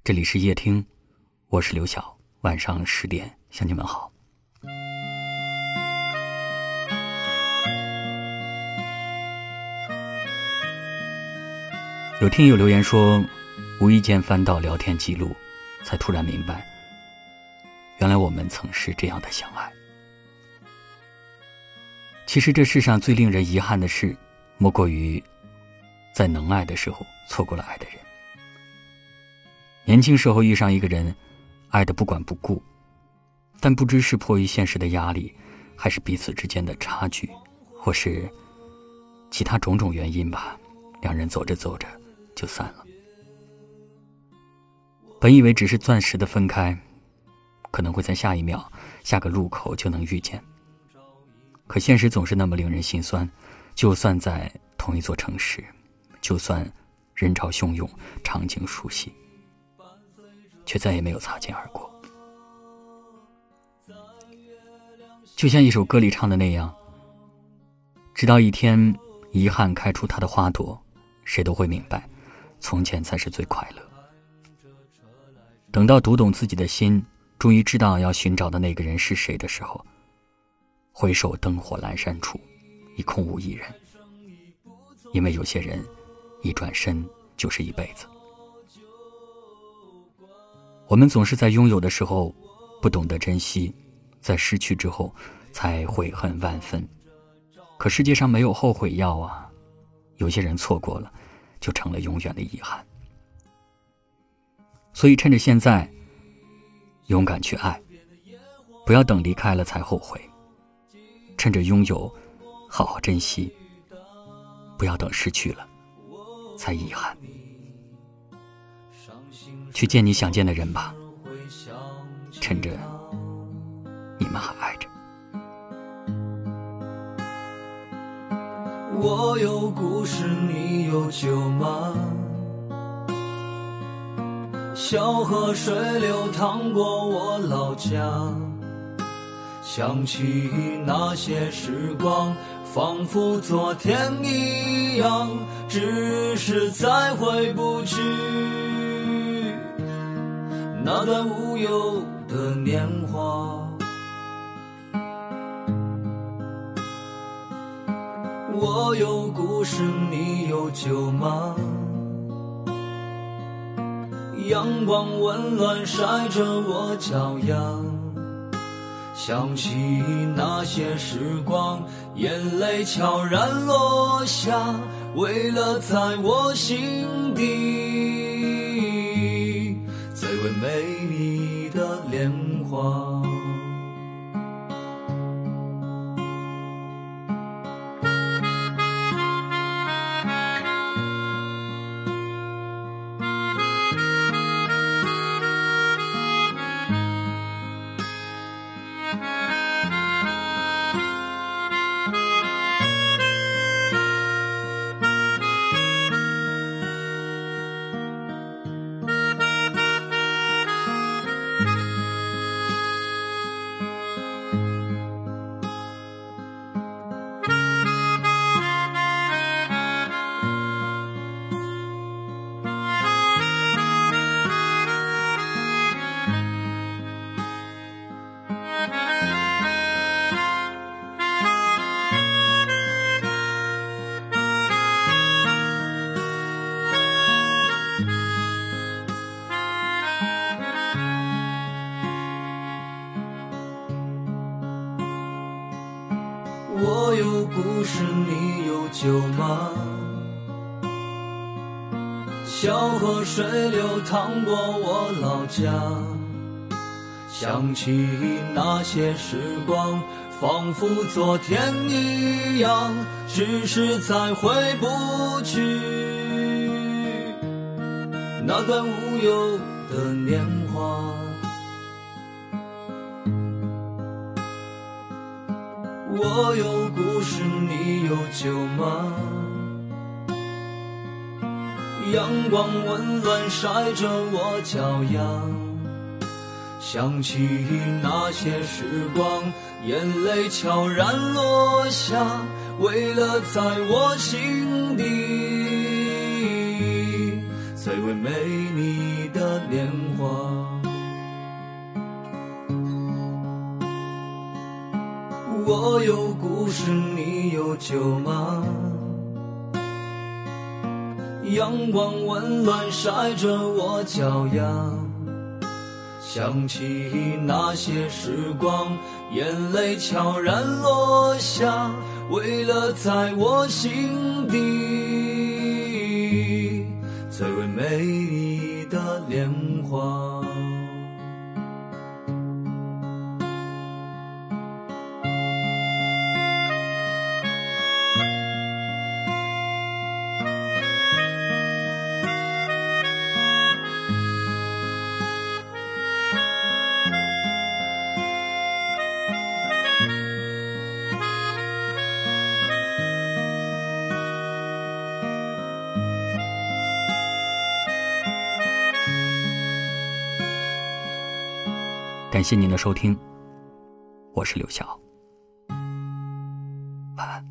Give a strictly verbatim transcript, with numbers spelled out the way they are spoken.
这里是夜听，我是刘晓，晚上十点向你们好。有听友留言说，无意间翻到聊天记录，才突然明白，原来我们曾是这样的相爱。其实这世上最令人遗憾的事，莫过于在能爱的时候错过了爱的人。年轻时候遇上一个人，爱得不管不顾，但不知是迫于现实的压力，还是彼此之间的差距，或是其他种种原因吧，两人走着走着就散了。本以为只是暂时的分开，可能会在下一秒下个路口就能遇见，可现实总是那么令人心酸，就算在同一座城市，就算人潮汹涌，场景熟悉，却再也没有擦肩而过。就像一首歌里唱的那样，直到一天遗憾开出它的花朵，谁都会明白，从前才是最快乐。等到读懂自己的心，终于知道要寻找的那个人是谁的时候，回首灯火阑珊处，已空无一人。因为有些人一转身就是一辈子。我们总是在拥有的时候不懂得珍惜，在失去之后才悔恨万分。可世界上没有后悔药啊，有些人错过了，就成了永远的遗憾。所以趁着现在，勇敢去爱，不要等离开了才后悔。趁着拥有，好好珍惜，不要等失去了才遗憾。去见你想见的人吧，趁着你们还爱着。 我有故事，你有酒吗？小河水流淌过我老家，想起那些时光，仿佛昨天一样，只是再回不去那段无忧的年华。我有故事，你有酒吗？阳光温暖晒着我脚丫，想起那些时光，眼泪悄然落下，为了在我心底最为美丽的莲花。我有故事，你有酒吗？小河水流淌过我老家，想起那些时光，仿佛昨天一样，只是再回不去那段无忧的年华。我有故事，你有酒吗？阳光温暖晒着我脚丫，想起那些时光，眼泪悄然落下，为了在我心底最为美丽的莲花。我有故事，你有酒吗？阳光温暖晒着我脚丫，想起那些时光，眼泪悄然落下，为了在我心底最为美丽的莲花。 感谢您的收听，我是刘晓，晚安。